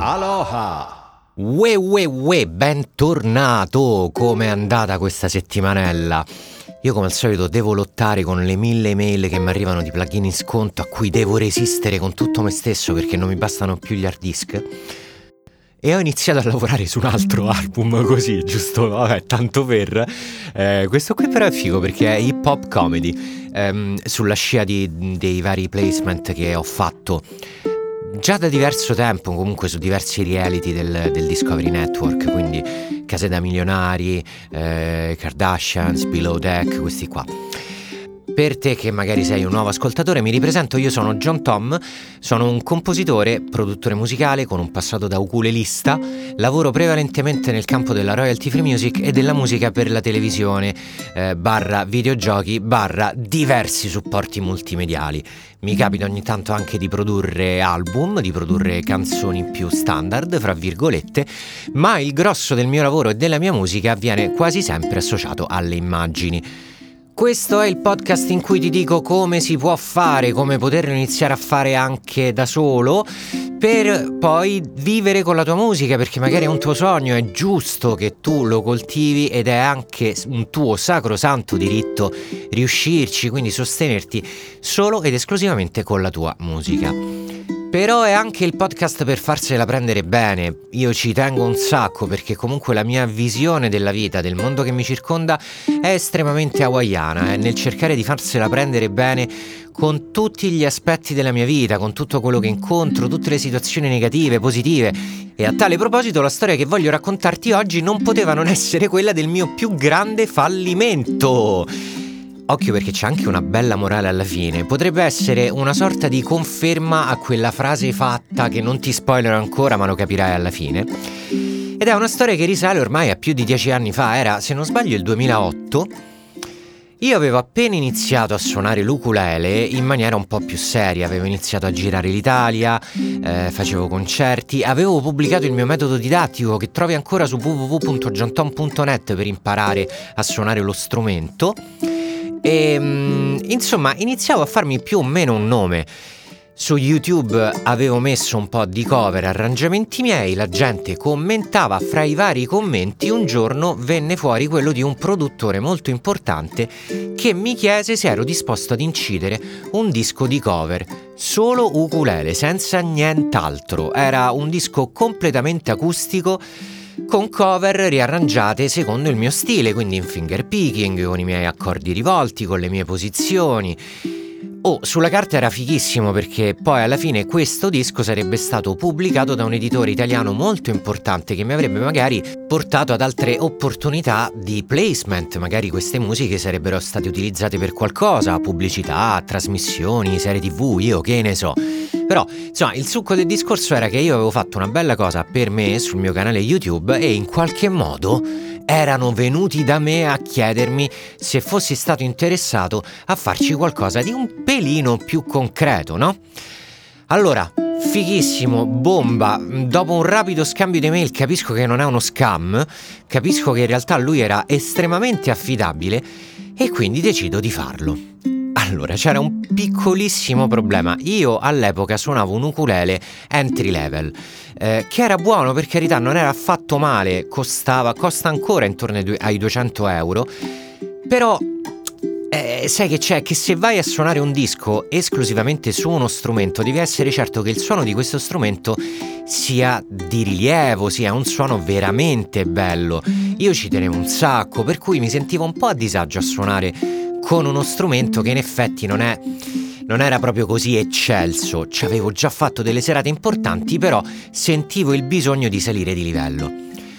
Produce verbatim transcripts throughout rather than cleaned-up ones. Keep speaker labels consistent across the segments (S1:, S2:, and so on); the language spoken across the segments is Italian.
S1: Aloha! Ue ue ue, bentornato! Come è andata questa settimanella? Io come al solito devo lottare con le mille email che mi arrivano di plugin in sconto a cui devo resistere con tutto me stesso perché non mi bastano più gli hard disk. E ho iniziato a lavorare su un altro album così, giusto, vabbè, tanto per. Eh, questo qui però è figo perché è hip hop comedy, ehm, sulla scia di, dei vari placement che ho fatto già da diverso tempo, comunque su diversi reality del, del Discovery Network, quindi Case da Milionari, eh, Kardashians, Below Deck, questi qua. Per te che magari sei un nuovo ascoltatore, mi ripresento, io sono John Tom, sono un compositore, produttore musicale con un passato da ukulelista, lavoro prevalentemente nel campo della royalty free music e della musica per la televisione, eh, barra videogiochi, barra diversi supporti multimediali. Mi capita ogni tanto anche di produrre album, di produrre canzoni più standard, fra virgolette, ma il grosso del mio lavoro e della mia musica viene quasi sempre associato alle immagini. Questo è il podcast in cui ti dico come si può fare, come poterlo iniziare a fare anche da solo, per poi vivere con la tua musica, perché magari è un tuo sogno, è giusto che tu lo coltivi ed è anche un tuo sacrosanto diritto riuscirci, quindi sostenerti solo ed esclusivamente con la tua musica. Però è anche il podcast per farsela prendere bene, io ci tengo un sacco perché comunque la mia visione della vita, del mondo che mi circonda è estremamente hawaiana, è nel cercare di farsela prendere bene con tutti gli aspetti della mia vita, con tutto quello che incontro, tutte le situazioni negative, positive. E a tale proposito la storia che voglio raccontarti oggi non poteva non essere quella del mio più grande fallimento. Occhio perché c'è anche una bella morale alla fine, potrebbe essere una sorta di conferma a quella frase fatta che non ti spoilerò ancora ma lo capirai alla fine. Ed è una storia che risale ormai a più di dieci anni fa, era se non sbaglio il duemilaotto. Io avevo appena iniziato a suonare l'ukulele in maniera un po' più seria, avevo iniziato a girare l'Italia, eh, facevo concerti, avevo pubblicato il mio metodo didattico che trovi ancora su w w w punto john tom punto net per imparare a suonare lo strumento. E insomma iniziavo a farmi più o meno un nome. Su YouTube avevo messo un po' di cover, arrangiamenti miei, la gente commentava, fra i vari commenti un giorno venne fuori quello di un produttore molto importante che mi chiese se ero disposto ad incidere un disco di cover, solo ukulele, senza nient'altro. Era un disco completamente acustico con cover riarrangiate secondo il mio stile, quindi in finger picking, con i miei accordi rivolti, con le mie posizioni. Oh, sulla carta era fighissimo perché poi alla fine questo disco sarebbe stato pubblicato da un editore italiano molto importante che mi avrebbe magari portato ad altre opportunità di placement, magari queste musiche sarebbero state utilizzate per qualcosa, pubblicità, trasmissioni, serie tv, io che ne so. Però, insomma, il succo del discorso era che io avevo fatto una bella cosa per me sul mio canale YouTube e in qualche modo erano venuti da me a chiedermi se fossi stato interessato a farci qualcosa di un pelino più concreto, no? Allora, fighissimo, bomba, dopo un rapido scambio di mail capisco che non è uno scam, capisco che in realtà lui era estremamente affidabile e quindi decido di farlo. Allora, c'era un piccolissimo problema. Io all'epoca suonavo un ukulele entry level, eh, che era buono, per carità, non era affatto male, costava, costa ancora intorno ai, due, ai duecento euro, però eh, sai che c'è? Che se vai a suonare un disco esclusivamente su uno strumento, devi essere certo che il suono di questo strumento sia di rilievo, sia un suono veramente bello. Io ci tenevo un sacco, per cui mi sentivo un po' a disagio a suonare con uno strumento che in effetti non è non era proprio così eccelso. Ci avevo già fatto delle serate importanti, però sentivo il bisogno di salire di livello.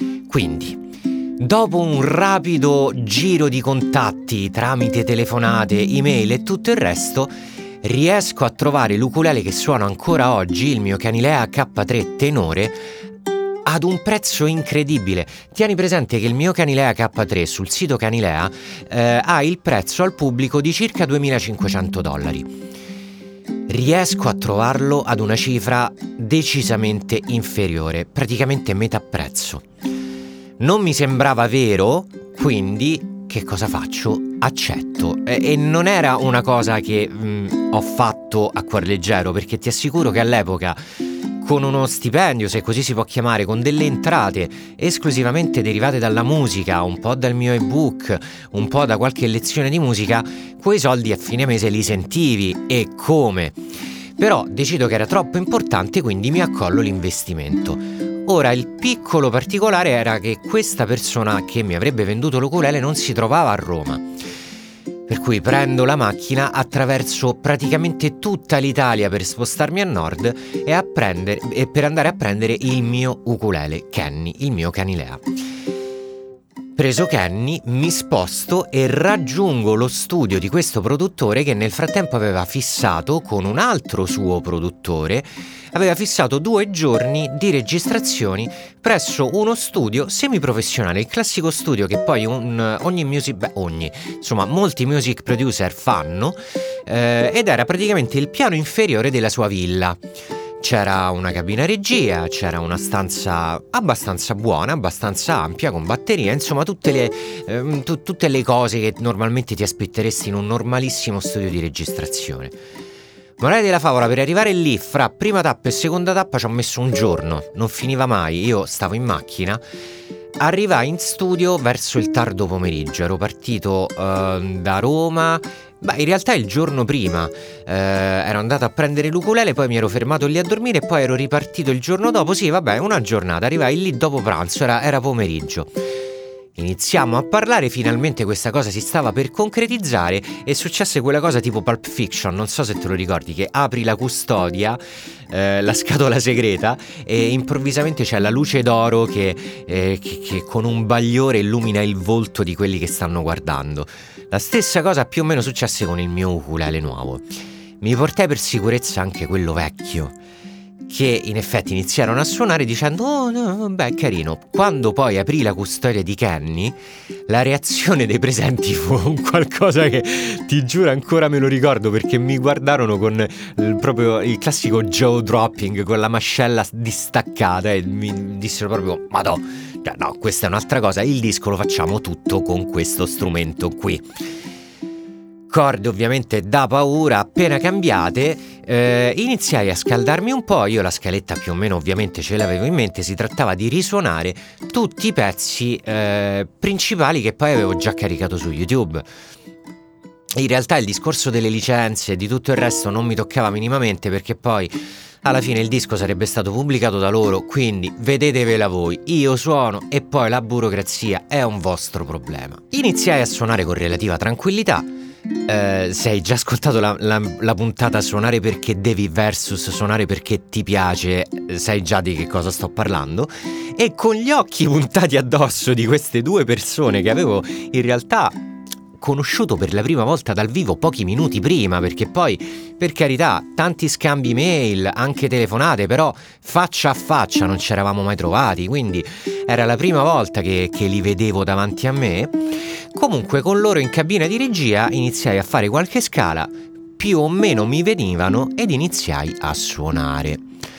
S1: Quindi, dopo un rapido giro di contatti tramite telefonate, email e tutto il resto, riesco a trovare l'ukulele che suono ancora oggi, il mio Canilea K tre tenore, ad un prezzo incredibile. Tieni presente che il mio Canilea K tre sul sito Canilea eh, ha il prezzo al pubblico di circa duemilacinquecento dollari. Riesco a trovarlo ad una cifra decisamente inferiore, praticamente metà prezzo. Non mi sembrava vero, quindi che cosa faccio? Accetto. E, e non era una cosa che mh, ho fatto a cuor leggero, perché ti assicuro che all'epoca con uno stipendio, se così si può chiamare, con delle entrate esclusivamente derivate dalla musica, un po' dal mio ebook, un po' da qualche lezione di musica, quei soldi a fine mese li sentivi, e come. Però decido che era troppo importante, quindi mi accollo l'investimento. Ora, il piccolo particolare era che questa persona che mi avrebbe venduto l'ukulele non si trovava a Roma. Per cui prendo la macchina, attraverso praticamente tutta l'Italia per spostarmi a nord e, a prendere, e per andare a prendere il mio ukulele, Kenny, il mio Canilea. Preso Kenny, mi sposto e raggiungo lo studio di questo produttore che nel frattempo aveva fissato con un altro suo produttore, aveva fissato due giorni di registrazioni presso uno studio semiprofessionale, il classico studio che poi un, ogni music, beh, ogni, insomma molti music producer fanno, eh, ed era praticamente il piano inferiore della sua villa. C'era una cabina regia, c'era una stanza abbastanza buona, abbastanza ampia, con batteria, insomma tutte le, ehm, t- tutte le cose che normalmente ti aspetteresti in un normalissimo studio di registrazione. Morale della favola, per arrivare lì fra prima tappa e seconda tappa ci ho messo un giorno, non finiva mai. Io stavo in macchina, arrivai in studio verso il tardo pomeriggio, ero partito eh, da Roma. Beh, in realtà il giorno prima eh, ero andato a prendere l'ukulele, poi mi ero fermato lì a dormire e poi ero ripartito il giorno dopo. Sì, vabbè, una giornata, arrivai lì dopo pranzo, era, era pomeriggio. Iniziamo a parlare, finalmente questa cosa si stava per concretizzare e successe quella cosa tipo Pulp Fiction, non so se te lo ricordi, che apri la custodia, eh, la scatola segreta, e improvvisamente c'è la luce d'oro che, eh, che, che con un bagliore illumina il volto di quelli che stanno guardando. La stessa cosa più o meno successe con il mio ukulele nuovo. Mi portai per sicurezza anche quello vecchio, che in effetti iniziarono a suonare dicendo oh no, beh, carino. Quando poi aprì la custodia di Kenny, la reazione dei presenti fu un qualcosa che, ti giuro, ancora me lo ricordo, perché mi guardarono con il, proprio il classico jaw dropping, con la mascella distaccata, e mi dissero proprio madò, cioè, no, questa è un'altra cosa, il disco lo facciamo tutto con questo strumento qui. Corde ovviamente da paura, appena cambiate, eh, iniziai a scaldarmi un po'. Io la scaletta più o meno ovviamente ce l'avevo in mente, si trattava di risuonare tutti i pezzi eh, principali che poi avevo già caricato su YouTube. In realtà il discorso delle licenze e di tutto il resto non mi toccava minimamente, perché poi alla fine il disco sarebbe stato pubblicato da loro, quindi vedetevela voi, io suono e poi la burocrazia è un vostro problema. Iniziai a suonare con relativa tranquillità. Uh, se hai già ascoltato la, la, la puntata Suonare perché devi versus Suonare perché ti piace, sai già di che cosa sto parlando. E con gli occhi puntati addosso di queste due persone che avevo in realtà conosciuto per la prima volta dal vivo pochi minuti prima, perché poi, per carità, tanti scambi mail, anche telefonate, però faccia a faccia non ci eravamo mai trovati, quindi era la prima volta che, che li vedevo davanti a me. Comunque con loro in cabina di regia iniziai a fare qualche scala, più o meno mi venivano, ed iniziai a suonare.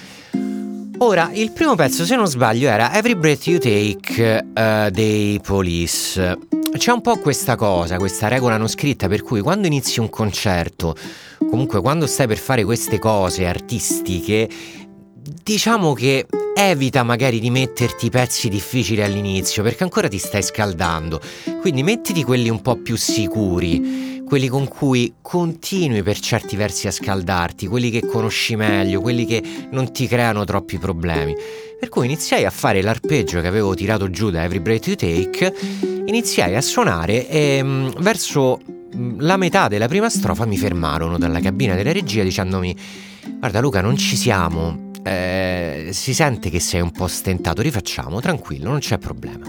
S1: Ora, il primo pezzo, se non sbaglio, era Every Breath You Take uh, dei Police. C'è un po' questa cosa, questa regola non scritta, per cui quando inizi un concerto, comunque quando stai per fare queste cose artistiche, diciamo che evita magari di metterti pezzi difficili all'inizio, perché ancora ti stai scaldando. Quindi mettiti quelli un po' più sicuri, quelli con cui continui per certi versi a scaldarti, quelli che conosci meglio, quelli che non ti creano troppi problemi. Per cui iniziai a fare l'arpeggio che avevo tirato giù da Every Breath You Take, iniziai a suonare e mh, verso mh, la metà della prima strofa mi fermarono dalla cabina della regia dicendomi: guarda Luca, non ci siamo, eh, si sente che sei un po' stentato, rifacciamo, tranquillo, non c'è problema.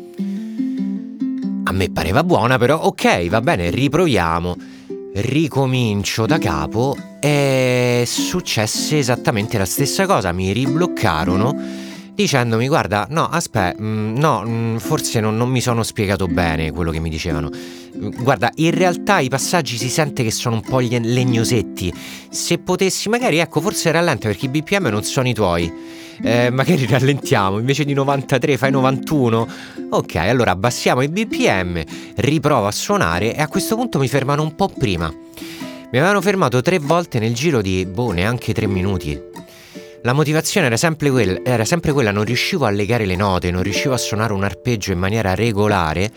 S1: A me pareva buona, però ok, va bene, riproviamo. Ricomincio da capo e successe esattamente la stessa cosa, mi ribloccarono dicendomi: guarda, no, aspetta, no, forse non, non mi sono spiegato bene quello che mi dicevano. Guarda, in realtà i passaggi si sente che sono un po' legnosetti. Se potessi, magari, ecco, forse rallenta, perché i B P M non sono i tuoi. Eh, magari rallentiamo, invece di novantatré fai novantuno. Ok, allora abbassiamo i B P M, riprovo a suonare e a questo punto mi fermano un po' prima. Mi avevano fermato tre volte nel giro di, boh, neanche tre minuti. La motivazione era sempre quella, era sempre quella, non riuscivo a legare le note, non riuscivo a suonare un arpeggio in maniera regolare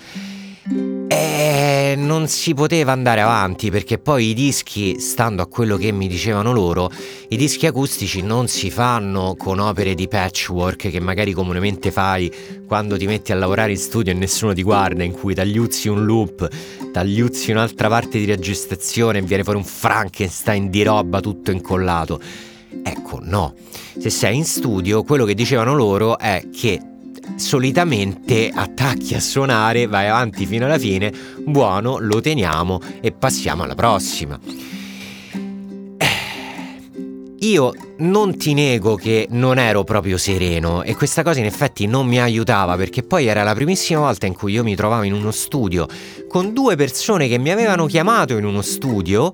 S1: e non si poteva andare avanti, perché poi i dischi, stando a quello che mi dicevano loro, i dischi acustici non si fanno con opere di patchwork che magari comunemente fai quando ti metti a lavorare in studio e nessuno ti guarda, in cui tagliuzzi un loop, tagliuzzi un'altra parte di registrazione e viene fuori un Frankenstein di roba tutto incollato. Ecco, no, se sei in studio, quello che dicevano loro è che solitamente attacchi a suonare, vai avanti fino alla fine, buono, lo teniamo e passiamo alla prossima. Io non ti nego che non ero proprio sereno e questa cosa in effetti non mi aiutava, perché poi era la primissima volta in cui io mi trovavo in uno studio con due persone che mi avevano chiamato in uno studio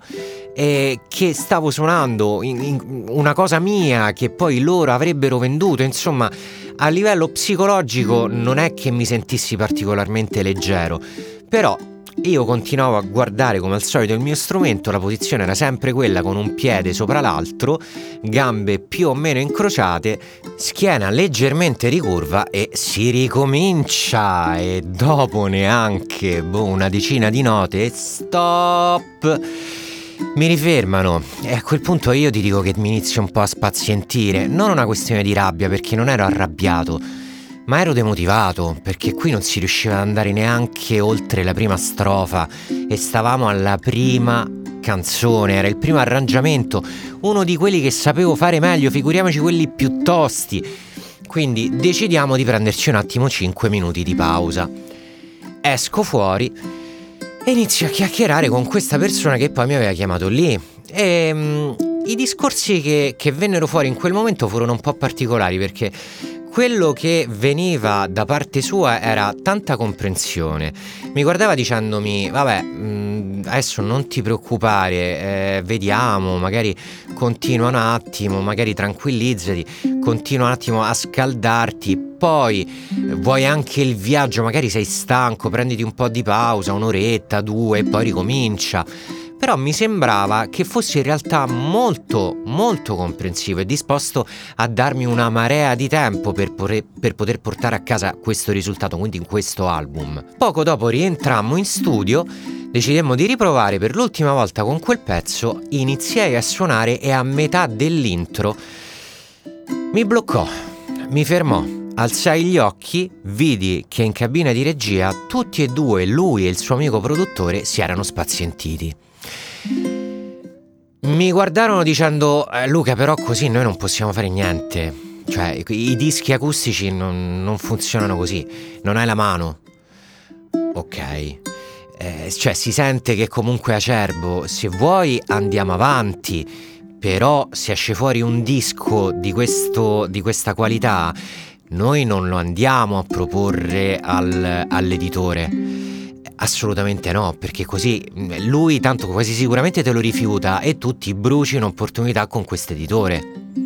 S1: e che stavo suonando in, in una cosa mia che poi loro avrebbero venduto. Insomma, a livello psicologico non è che mi sentissi particolarmente leggero, però io continuavo a guardare come al solito il mio strumento, la posizione era sempre quella, con un piede sopra l'altro, gambe più o meno incrociate, schiena leggermente ricurva e si ricomincia. E dopo neanche boh, una decina di note, stop, mi rifermano e a quel punto io ti dico che mi inizio un po' a spazientire. Non una questione di rabbia, perché non ero arrabbiato, ma ero demotivato, perché qui non si riusciva ad andare neanche oltre la prima strofa e stavamo alla prima canzone, era il primo arrangiamento, uno di quelli che sapevo fare meglio, figuriamoci quelli più tosti. Quindi decidiamo di prenderci un attimo cinque minuti di pausa. Esco fuori e inizio a chiacchierare con questa persona che poi mi aveva chiamato lì e um, i discorsi che, che vennero fuori in quel momento furono un po' particolari, perché quello che veniva da parte sua era tanta comprensione. Mi guardava dicendomi: vabbè, mh, adesso non ti preoccupare, eh, vediamo, magari continua un attimo, magari tranquillizzati, continua un attimo a scaldarti, poi vuoi anche il viaggio, magari sei stanco, prenditi un po' di pausa, un'oretta, due, e poi ricomincia. Però mi sembrava che fosse in realtà molto, molto comprensivo e disposto a darmi una marea di tempo per, por- per poter portare a casa questo risultato, quindi in questo album. Poco dopo rientrammo in studio, decidemmo di riprovare per l'ultima volta con quel pezzo, iniziai a suonare e a metà dell'intro mi bloccò, mi fermò. Alzai gli occhi, vidi che in cabina di regia tutti e due, lui e il suo amico produttore, si erano spazientiti. Mi guardarono dicendo: eh, Luca, però così noi non possiamo fare niente. Cioè, i dischi acustici non, non funzionano così, non hai la mano. Ok, eh, cioè si sente che comunque è acerbo, se vuoi andiamo avanti, però se esce fuori un disco di, questo, di questa qualità, noi non lo andiamo a proporre al, all'editore. Assolutamente no, perché così lui tanto quasi sicuramente te lo rifiuta e tu ti bruci un'opportunità con quest'editore.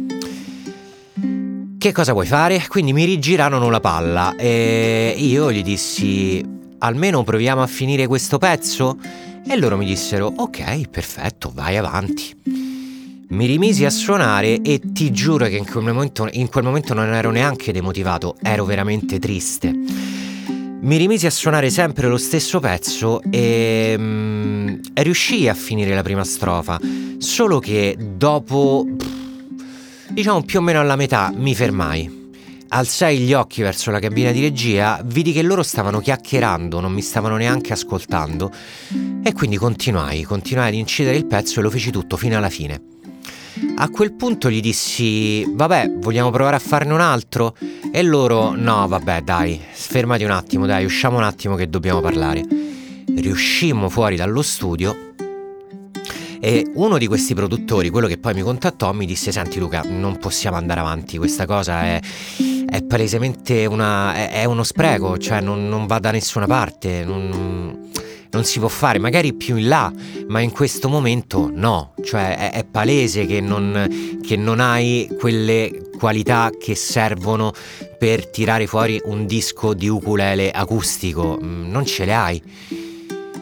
S1: Che cosa vuoi fare? Quindi mi rigirarono la palla e io gli dissi: almeno proviamo a finire questo pezzo? E loro mi dissero: ok, perfetto, vai avanti. Mi rimisi a suonare e ti giuro che in quel momento, in quel momento non ero neanche demotivato, ero veramente triste. Mi rimisi a suonare sempre lo stesso pezzo e mm, riuscii a finire la prima strofa, solo che dopo, diciamo più o meno alla metà, mi fermai. Alzai gli occhi verso la cabina di regia, vidi che loro stavano chiacchierando, non mi stavano neanche ascoltando e quindi continuai, continuai ad incidere il pezzo e lo feci tutto fino alla fine. A quel punto gli dissi: vabbè, vogliamo provare a farne un altro? E loro: no, vabbè, dai, fermati un attimo, dai, usciamo un attimo che dobbiamo parlare. Riuscimmo fuori dallo studio e uno di questi produttori, quello che poi mi contattò, mi disse: senti Luca, non possiamo andare avanti, questa cosa è, è palesemente una, è, è uno spreco, cioè non, non va da nessuna parte, non... non si può fare, magari più in là, ma in questo momento no, cioè è, è palese che non, che non hai quelle qualità che servono per tirare fuori un disco di ukulele acustico, non ce le hai.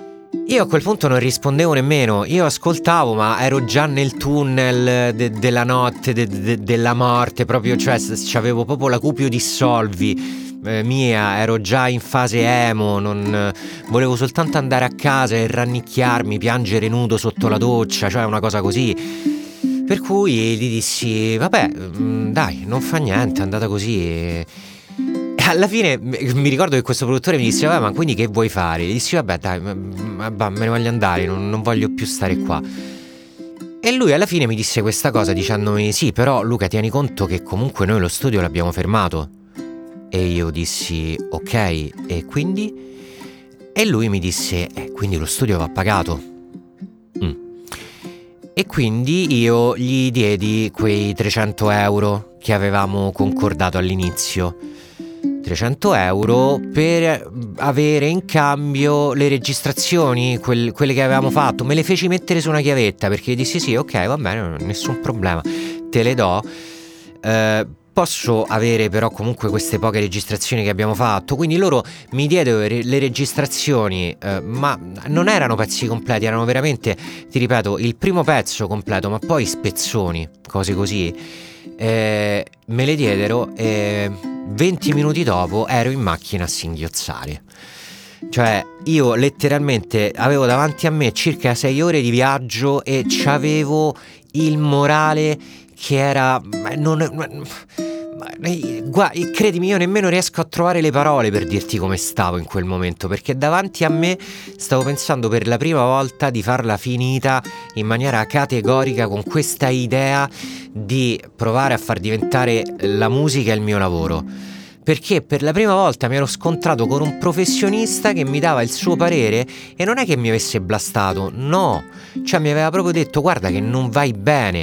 S1: Io a quel punto non rispondevo nemmeno, io ascoltavo, ma ero già nel tunnel de- della notte, de- de- della morte, proprio, cioè avevo proprio l'acupio dissolvi eh, mia, ero già in fase emo, non, volevo soltanto andare a casa e rannicchiarmi, piangere nudo sotto la doccia, cioè una cosa così. Per cui gli dissi, vabbè, dai, non fa niente, è andata così. E alla fine mi ricordo che questo produttore mi disse, vabbè, ma quindi che vuoi fare? Gli dissi, vabbè, dai, ma, ma, me ne voglio andare, non, non voglio più stare qua. E lui alla fine mi disse questa cosa dicendomi, sì, però Luca, tieni conto che comunque noi lo studio l'abbiamo fermato. E io dissi, ok, e quindi? E lui mi disse, eh, quindi lo studio va pagato. Mm. E quindi io gli diedi quei trecento euro che avevamo concordato all'inizio. trecento euro per avere in cambio le registrazioni, quel, quelle che avevamo fatto. Me le feci mettere su una chiavetta perché dissi sì, ok, va bene, nessun problema, te le do. Eh, posso avere però comunque queste poche registrazioni che abbiamo fatto. Quindi loro mi diedero le registrazioni, eh, ma non erano pezzi completi, erano veramente, ti ripeto, il primo pezzo completo, ma poi spezzoni, cose così. Eh, me le diedero e venti minuti dopo ero in macchina a singhiozzare. Cioè io letteralmente avevo davanti a me circa sei ore di viaggio e c'avevo il morale che era non, guarda, credimi, io nemmeno riesco a trovare le parole per dirti come stavo in quel momento, perché davanti a me stavo pensando per la prima volta di farla finita in maniera categorica con questa idea di provare a far diventare la musica il mio lavoro, perché per la prima volta mi ero scontrato con un professionista che mi dava il suo parere e non è che mi avesse blastato, no, cioè mi aveva proprio detto guarda che non vai bene.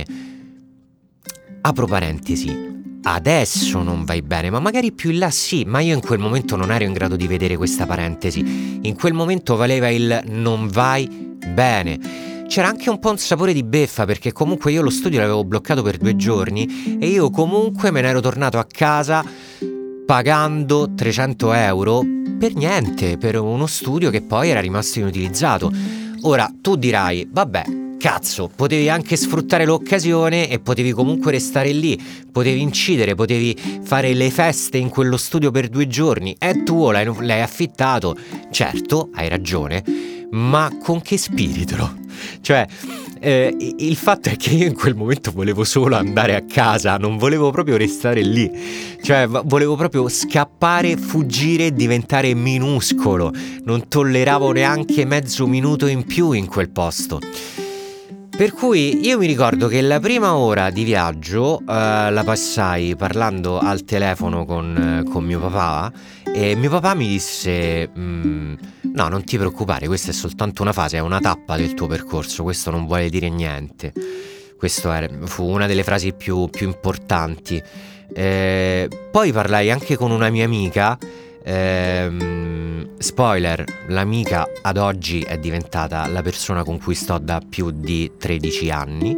S1: Apro parentesi, adesso non vai bene, ma magari più in là sì, ma io in quel momento non ero in grado di vedere questa parentesi. In quel momento valeva il non vai bene. C'era anche un po' un sapore di beffa, perché comunque io lo studio l'avevo bloccato per due giorni e io comunque me ne ero tornato a casa pagando trecento euro per niente, per uno studio che poi era rimasto inutilizzato. Ora tu dirai, vabbè, cazzo, potevi anche sfruttare l'occasione e potevi comunque restare lì, potevi incidere, potevi fare le feste in quello studio per due giorni, è tuo, l'hai, l'hai affittato. Certo, hai ragione, ma con che spirito? Cioè, eh, il fatto è che io in quel momento volevo solo andare a casa, non volevo proprio restare lì, cioè volevo proprio scappare, fuggire e diventare minuscolo, non tolleravo neanche mezzo minuto in più in quel posto. Per cui io mi ricordo che la prima ora di viaggio uh, la passai parlando al telefono con, con mio papà, e mio papà mi disse mm, no, non ti preoccupare, questa è soltanto una fase, è una tappa del tuo percorso, questo non vuole dire niente. Questo era, fu una delle frasi più, più importanti. Eh, poi parlai anche con una mia amica. Ehm, spoiler, l'amica ad oggi è diventata la persona con cui sto da più di tredici anni,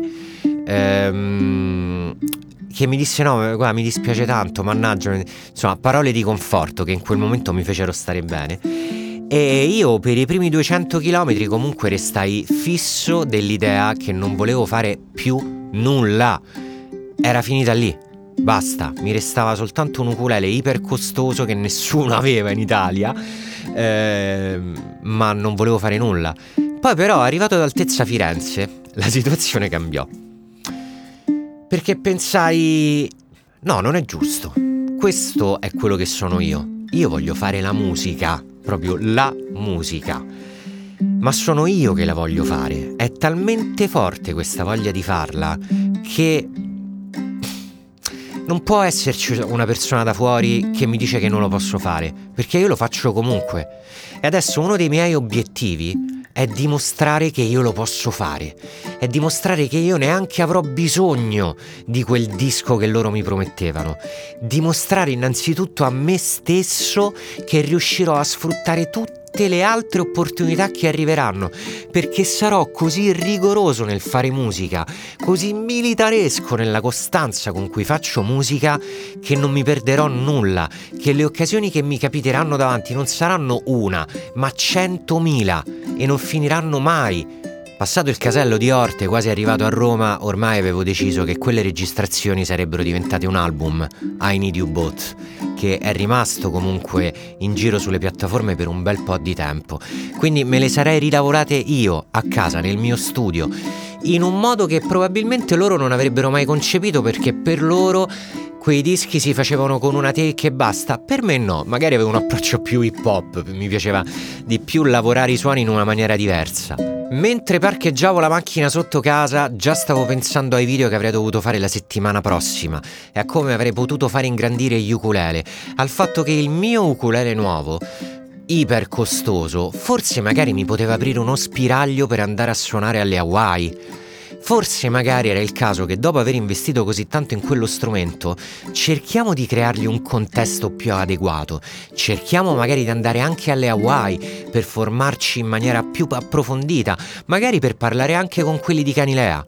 S1: ehm, che mi disse no, guarda, mi dispiace tanto, mannaggia, insomma, parole di conforto che in quel momento mi fecero stare bene. E io per i primi duecento chilometri comunque restai fisso dell'idea che non volevo fare più nulla, era finita lì. Basta, mi restava soltanto un ukulele iper costoso che nessuno aveva in Italia, eh, ma non volevo fare nulla. Poi però, arrivato ad altezza Firenze, la situazione cambiò, perché pensai, no, non è giusto, questo è quello che sono io, io voglio fare la musica, proprio la musica, ma sono io che la voglio fare, è talmente forte questa voglia di farla che non può esserci una persona da fuori che mi dice che non lo posso fare, perché io lo faccio comunque. E adesso uno dei miei obiettivi è dimostrare che io lo posso fare, è dimostrare che io neanche avrò bisogno di quel disco che loro mi promettevano, dimostrare innanzitutto a me stesso che riuscirò a sfruttare tutte tutte le altre opportunità che arriveranno, perché sarò così rigoroso nel fare musica, così militaresco nella costanza con cui faccio musica, che non mi perderò nulla, che le occasioni che mi capiteranno davanti non saranno una, ma centomila, e non finiranno mai. Passato il casello di Orte, quasi arrivato a Roma, ormai avevo deciso che quelle registrazioni sarebbero diventate un album, I Need You Both, che è rimasto comunque in giro sulle piattaforme per un bel po' di tempo. Quindi me le sarei rilavorate io, a casa, nel mio studio, in un modo che probabilmente loro non avrebbero mai concepito, perché per loro quei dischi si facevano con una take e basta. Per me no, magari avevo un approccio più hip hop, mi piaceva di più lavorare i suoni in una maniera diversa. Mentre parcheggiavo la macchina sotto casa, già stavo pensando ai video che avrei dovuto fare la settimana prossima e a come avrei potuto fare ingrandire gli ukulele, al fatto che il mio ukulele nuovo, iper costoso, forse magari mi poteva aprire uno spiraglio per andare a suonare alle Hawaii. Forse magari era il caso che dopo aver investito così tanto in quello strumento cerchiamo di creargli un contesto più adeguato, cerchiamo magari di andare anche alle Hawaii per formarci in maniera più approfondita, magari per parlare anche con quelli di Canilea.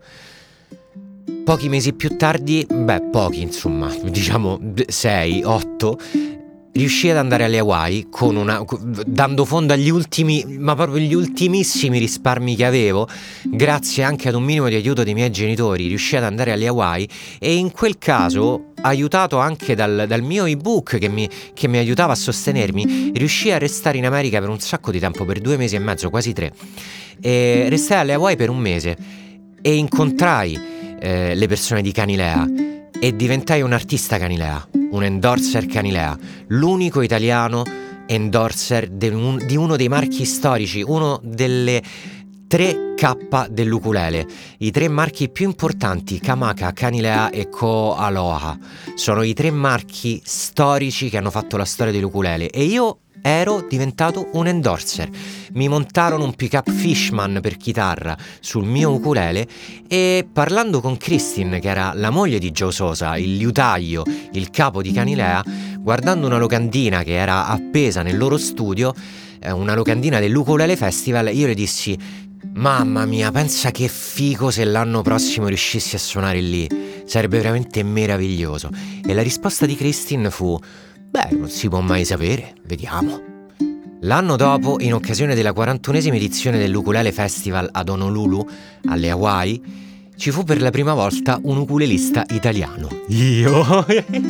S1: Pochi mesi più tardi, beh pochi insomma, diciamo sei, otto, riuscii ad andare alle Hawaii con una, dando fondo agli ultimi, ma proprio gli ultimissimi risparmi che avevo, grazie anche ad un minimo di aiuto dei miei genitori, riuscii ad andare alle Hawaii, e in quel caso, aiutato anche dal, dal mio ebook che mi, che mi aiutava a sostenermi, riuscii a restare in America per un sacco di tempo, per due mesi e mezzo, quasi tre, e restai alle Hawaii per un mese e incontrai eh, le persone di Canilea e diventai un artista Canilea, un endorser Canilea, l'unico italiano endorser de un, di uno dei marchi storici, uno delle tre K dell'ukulele. I tre marchi più importanti, Kamaka, Canilea e Ko Aloha, sono i tre marchi storici che hanno fatto la storia dell'ukulele, e io ero diventato un endorser. Mi montarono un pick-up Fishman per chitarra sul mio ukulele, e parlando con Christine, che era la moglie di Joe Sosa, il liutaio, il capo di Canilea, guardando una locandina che era appesa nel loro studio, eh, una locandina dell'Ukulele Festival, io le dissi: mamma mia, pensa che figo se l'anno prossimo riuscissi a suonare lì, sarebbe veramente meraviglioso. E la risposta di Christine fu: beh, non si può mai sapere, vediamo. L'anno dopo, in occasione della quarantunesima edizione dell'Ukulele Festival ad Honolulu, alle Hawaii, ci fu per la prima volta un ukulelista italiano. Io!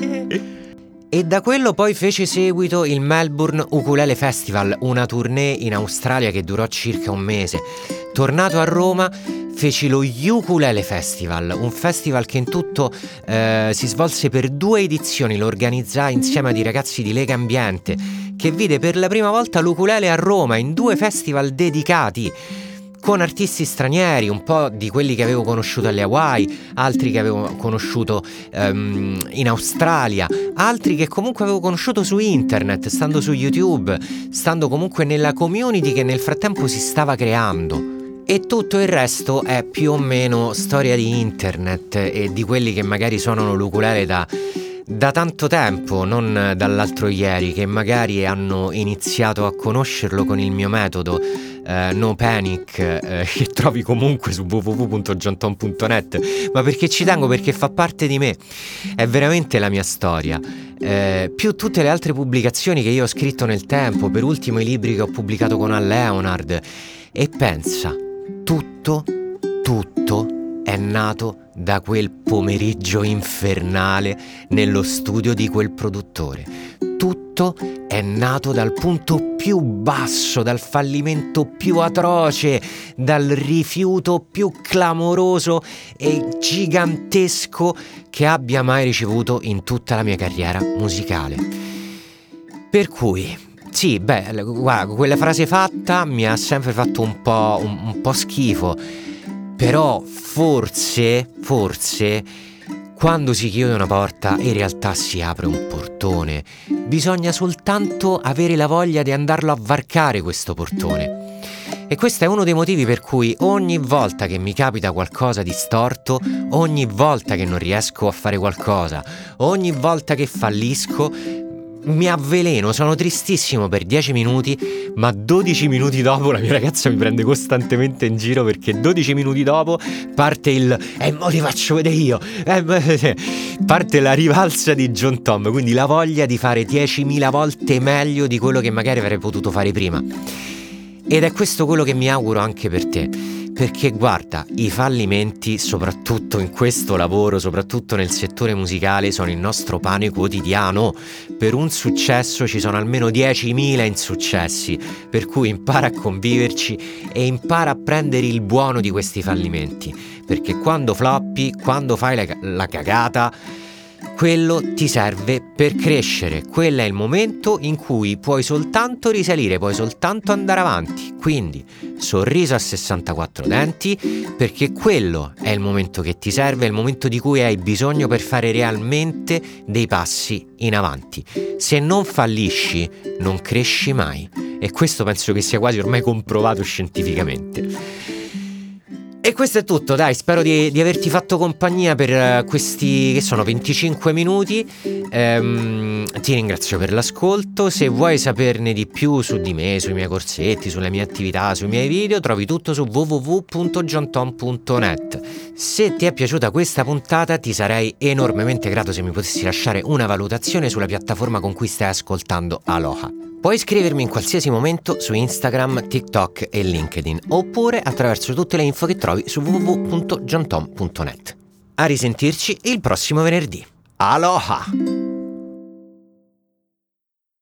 S1: E da quello poi fece seguito il Melbourne Ukulele Festival, una tournée in Australia che durò circa un mese. Tornato a Roma, feci lo Ukulele Festival, un festival che in tutto eh, si svolse per due edizioni. Lo organizzai insieme a dei ragazzi di Lega Ambiente, che vide per la prima volta l'ukulele a Roma in due festival dedicati, con artisti stranieri, un po' di quelli che avevo conosciuto alle Hawaii, altri che avevo conosciuto um, in Australia, altri che comunque avevo conosciuto su internet, stando su YouTube, stando comunque nella community che nel frattempo si stava creando. E tutto il resto è più o meno storia di internet e di quelli che magari suonano l'ukulele da, da tanto tempo, non dall'altro ieri, che magari hanno iniziato a conoscerlo con il mio metodo Uh, No Panic, uh, che trovi comunque su w w w punto john tom punto net, ma perché ci tengo, perché fa parte di me, è veramente la mia storia, uh, più tutte le altre pubblicazioni che io ho scritto nel tempo, per ultimo i libri che ho pubblicato con Al Leonard. E pensa, tutto, tutto è nato da quel pomeriggio infernale nello studio di quel produttore. Tutto è nato dal punto più basso, dal fallimento più atroce, dal rifiuto più clamoroso e gigantesco che abbia mai ricevuto in tutta la mia carriera musicale. Per cui, sì, beh, guarda, quella frase fatta mi ha sempre fatto un po', un, un po' schifo, però forse, forse... quando si chiude una porta, in realtà si apre un portone. Bisogna soltanto avere la voglia di andarlo a varcare questo portone. E questo è uno dei motivi per cui ogni volta che mi capita qualcosa di storto, ogni volta che non riesco a fare qualcosa, ogni volta che fallisco, mi avveleno, sono tristissimo per dieci minuti, ma dodici minuti dopo la mia ragazza mi prende costantemente in giro, perché dodici minuti dopo parte il e eh, mo ti faccio vedere io, eh, parte la rivalsa di John Tom, quindi la voglia di fare diecimila volte meglio di quello che magari avrei potuto fare prima. Ed è questo quello che mi auguro anche per te, perché guarda, i fallimenti, soprattutto in questo lavoro, soprattutto nel settore musicale, sono il nostro pane quotidiano. Per un successo ci sono almeno diecimila insuccessi, per cui impara a conviverci e impara a prendere il buono di questi fallimenti, perché quando floppi, quando fai la, la cagata, quello ti serve per crescere. Quello è il momento in cui puoi soltanto risalire, puoi soltanto andare avanti. Quindi sorriso a sessantaquattro denti, perché quello è il momento che ti serve, è il momento di cui hai bisogno per fare realmente dei passi in avanti. Se non fallisci, non cresci mai, e questo penso che sia quasi ormai comprovato scientificamente. E questo è tutto, dai, spero di, di averti fatto compagnia per uh, questi, che sono venticinque minuti. Ehm, ti ringrazio per l'ascolto. Se vuoi saperne di più su di me, sui miei corsetti, sulle mie attività, sui miei video, trovi tutto su w w w punto john tom punto net. Se ti è piaciuta questa puntata, ti sarei enormemente grato se mi potessi lasciare una valutazione sulla piattaforma con cui stai ascoltando Aloha. Puoi scrivermi in qualsiasi momento su Instagram, TikTok e LinkedIn, oppure attraverso tutte le info che trovi su w w w punto john tom punto net. A risentirci il prossimo venerdì. Aloha!